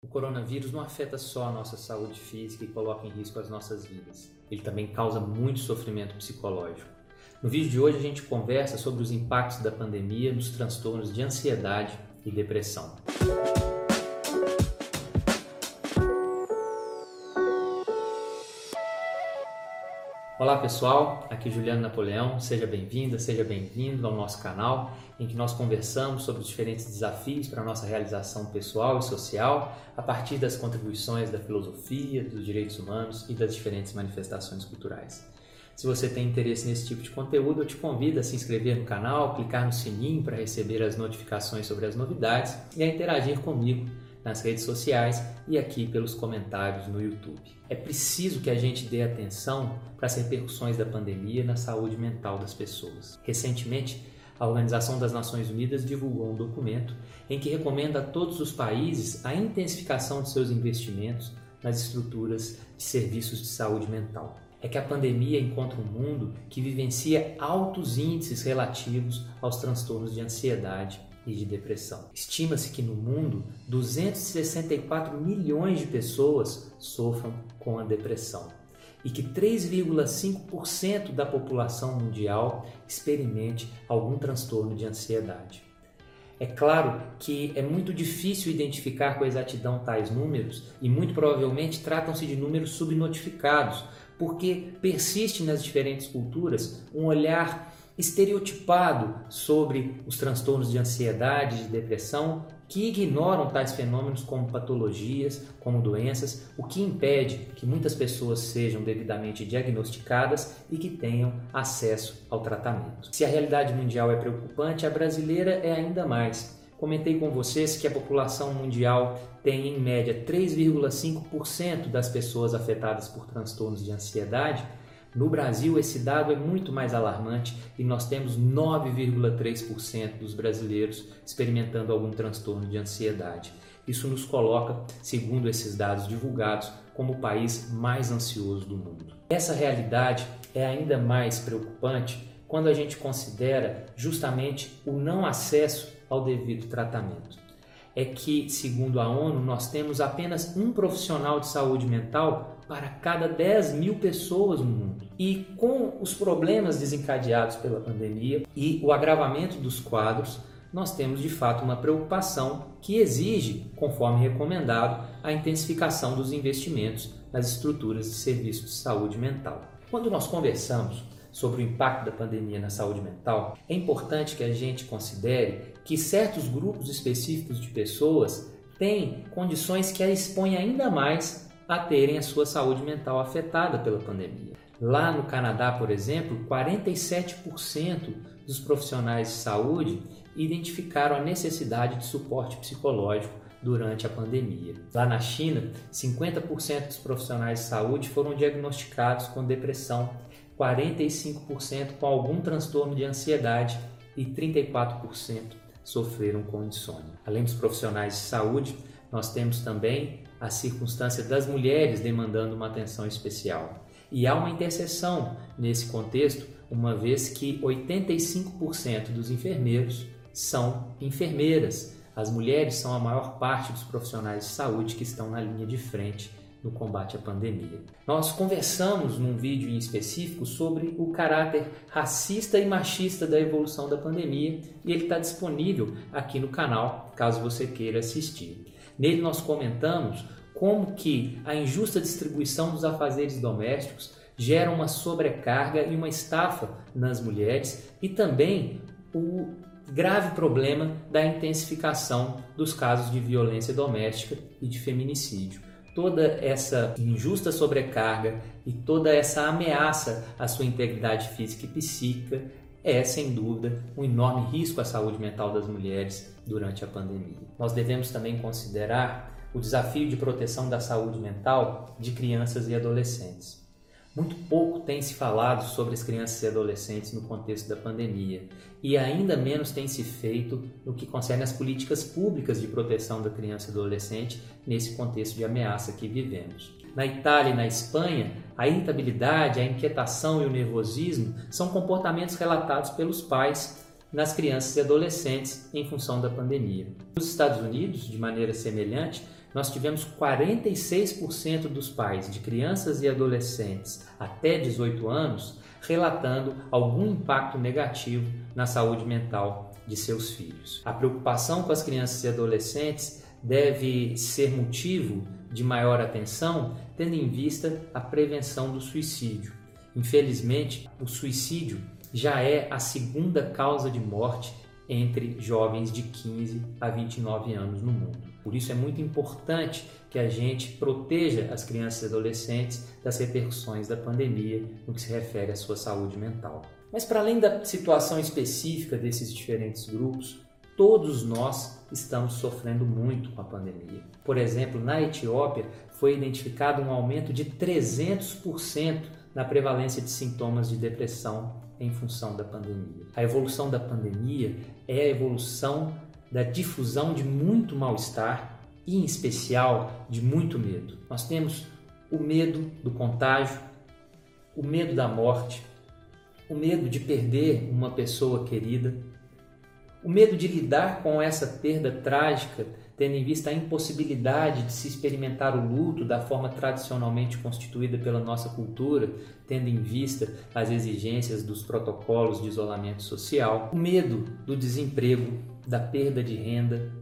coronavírus não afeta só a nossa saúde física e coloca em risco as nossas vidas. Ele também causa muito sofrimento psicológico. No vídeo de hoje a gente conversa sobre os impactos da pandemia nos transtornos de ansiedade e depressão. Olá pessoal, aqui Juliano Napoleão, seja bem-vinda, seja bem-vindo ao nosso canal em que nós conversamos sobre os diferentes desafios para a nossa realização pessoal e social a partir das contribuições da filosofia, dos direitos humanos e das diferentes manifestações culturais. Se você tem interesse nesse tipo de conteúdo, eu te convido a se inscrever no canal, clicar no sininho para receber as notificações sobre as novidades e a interagir comigo nas redes sociais e aqui pelos comentários no YouTube. É preciso que a gente dê atenção para as repercussões da pandemia na saúde mental das pessoas. Recentemente, a Organização das Nações Unidas divulgou um documento em que recomenda a todos os países a intensificação de seus investimentos nas estruturas de serviços de saúde mental. É que a pandemia encontra um mundo que vivencia altos índices relativos aos transtornos de ansiedade e de depressão. Estima-se que no mundo 264 milhões de pessoas sofram com a depressão e que 3,5% da população mundial experimente algum transtorno de ansiedade. É claro que é muito difícil identificar com exatidão tais números e muito provavelmente tratam-se de números subnotificados, porque persiste nas diferentes culturas um olhar estereotipado sobre os transtornos de ansiedade e de depressão que ignoram tais fenômenos como patologias, como doenças, o que impede que muitas pessoas sejam devidamente diagnosticadas e que tenham acesso ao tratamento. Se a realidade mundial é preocupante, a brasileira é ainda mais. Comentei com vocês que a população mundial tem em média 3,5% das pessoas afetadas por transtornos de ansiedade. No Brasil, esse dado é muito mais alarmante e nós temos 9,3% dos brasileiros experimentando algum transtorno de ansiedade. Isso nos coloca, segundo esses dados divulgados, como o país mais ansioso do mundo. Essa realidade é ainda mais preocupante quando a gente considera justamente o não acesso ao devido tratamento. É que, segundo a ONU, nós temos apenas um profissional de saúde mental para cada 10 mil pessoas no mundo. E com os problemas desencadeados pela pandemia e o agravamento dos quadros, nós temos de fato uma preocupação que exige, conforme recomendado, a intensificação dos investimentos nas estruturas de serviços de saúde mental. Quando nós conversamos sobre o impacto da pandemia na saúde mental, é importante que a gente considere que certos grupos específicos de pessoas têm condições que a expõem ainda mais a terem a sua saúde mental afetada pela pandemia. Lá no Canadá, por exemplo, 47% dos profissionais de saúde identificaram a necessidade de suporte psicológico durante a pandemia. Lá na China, 50% dos profissionais de saúde foram diagnosticados com depressão, 45% com algum transtorno de ansiedade e 34% sofreram com insônia. Além dos profissionais de saúde, nós temos também a circunstância das mulheres demandando uma atenção especial. E há uma interseção nesse contexto, uma vez que 85% dos enfermeiros são enfermeiras. As mulheres são a maior parte dos profissionais de saúde que estão na linha de frente no combate à pandemia. Nós conversamos num vídeo em específico sobre o caráter racista e machista da evolução da pandemia e ele está disponível aqui no canal, caso você queira assistir. Nele nós comentamos como que a injusta distribuição dos afazeres domésticos gera uma sobrecarga e uma estafa nas mulheres e também o grave problema da intensificação dos casos de violência doméstica e de feminicídio. Toda essa injusta sobrecarga e toda essa ameaça à sua integridade física e psíquica é, sem dúvida, um enorme risco à saúde mental das mulheres durante a pandemia. Nós devemos também considerar o desafio de proteção da saúde mental de crianças e adolescentes. Muito pouco tem se falado sobre as crianças e adolescentes no contexto da pandemia e ainda menos tem se feito no que concerne às políticas públicas de proteção da criança e adolescente nesse contexto de ameaça que vivemos. Na Itália e na Espanha, a irritabilidade, a inquietação e o nervosismo são comportamentos relatados pelos pais nas crianças e adolescentes em função da pandemia. Nos Estados Unidos, de maneira semelhante, nós tivemos 46% dos pais de crianças e adolescentes até 18 anos relatando algum impacto negativo na saúde mental de seus filhos. A preocupação com as crianças e adolescentes deve ser motivo de maior atenção, tendo em vista a prevenção do suicídio. Infelizmente, o suicídio já é a segunda causa de morte entre jovens de 15 a 29 anos no mundo. Por isso é muito importante que a gente proteja as crianças e adolescentes das repercussões da pandemia no que se refere à sua saúde mental. Mas para além da situação específica desses diferentes grupos, todos nós estamos sofrendo muito com a pandemia. Por exemplo, na Etiópia foi identificado um aumento de 300% na prevalência de sintomas de depressão em função da pandemia. A evolução da pandemia é a evolução da difusão de muito mal-estar e, em especial, de muito medo. Nós temos o medo do contágio, o medo da morte, o medo de perder uma pessoa querida, o medo de lidar com essa perda trágica, tendo em vista a impossibilidade de se experimentar o luto da forma tradicionalmente constituída pela nossa cultura, tendo em vista as exigências dos protocolos de isolamento social, o medo do desemprego, da perda de renda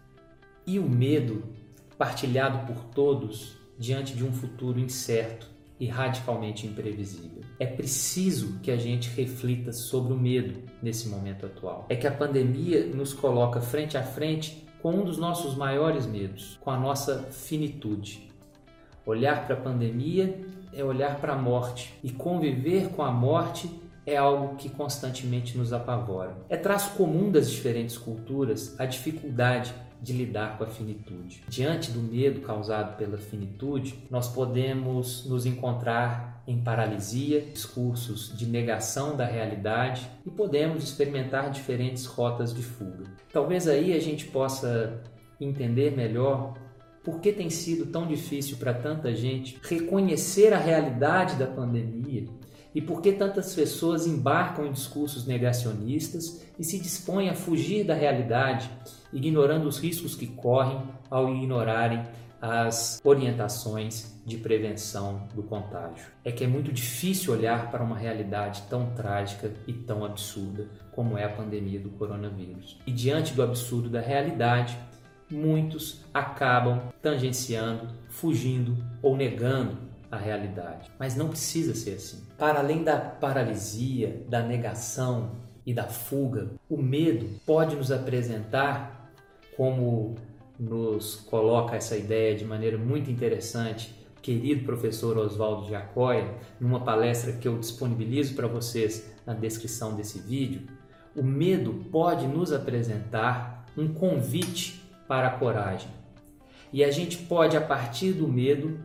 e o medo partilhado por todos diante de um futuro incerto e radicalmente imprevisível. É preciso que a gente reflita sobre o medo nesse momento atual. É que a pandemia nos coloca frente a frente com um dos nossos maiores medos, com a nossa finitude. Olhar para a pandemia é olhar para a morte, e conviver com a morte é algo que constantemente nos apavora. É traço comum das diferentes culturas a dificuldade de lidar com a finitude. Diante do medo causado pela finitude, nós podemos nos encontrar em paralisia, discursos de negação da realidade e podemos experimentar diferentes rotas de fuga. Talvez aí a gente possa entender melhor por que tem sido tão difícil para tanta gente reconhecer a realidade da pandemia e por que tantas pessoas embarcam em discursos negacionistas e se dispõem a fugir da realidade, ignorando os riscos que correm ao ignorarem as orientações de prevenção do contágio. É que é muito difícil olhar para uma realidade tão trágica e tão absurda como é a pandemia do coronavírus. E diante do absurdo da realidade, muitos acabam tangenciando, fugindo ou negando a realidade. Mas não precisa ser assim. Para além da paralisia, da negação e da fuga, o medo pode nos apresentar, como nos coloca essa ideia de maneira muito interessante o querido professor Oswaldo Giacoia, numa palestra que eu disponibilizo para vocês na descrição desse vídeo. O medo pode nos apresentar um convite para a coragem. E a gente pode, a partir do medo,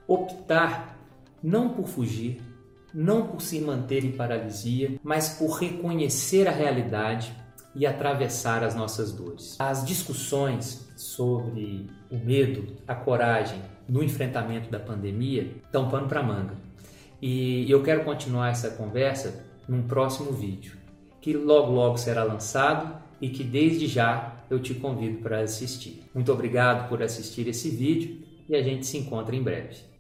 optar não por fugir, não por se manter em paralisia, mas por reconhecer a realidade e atravessar as nossas dores. As discussões sobre o medo, a coragem no enfrentamento da pandemia dão pano para manga. E eu quero continuar essa conversa num próximo vídeo, que logo será lançado e que desde já eu te convido para assistir. Muito obrigado por assistir esse vídeo e a gente se encontra em breve.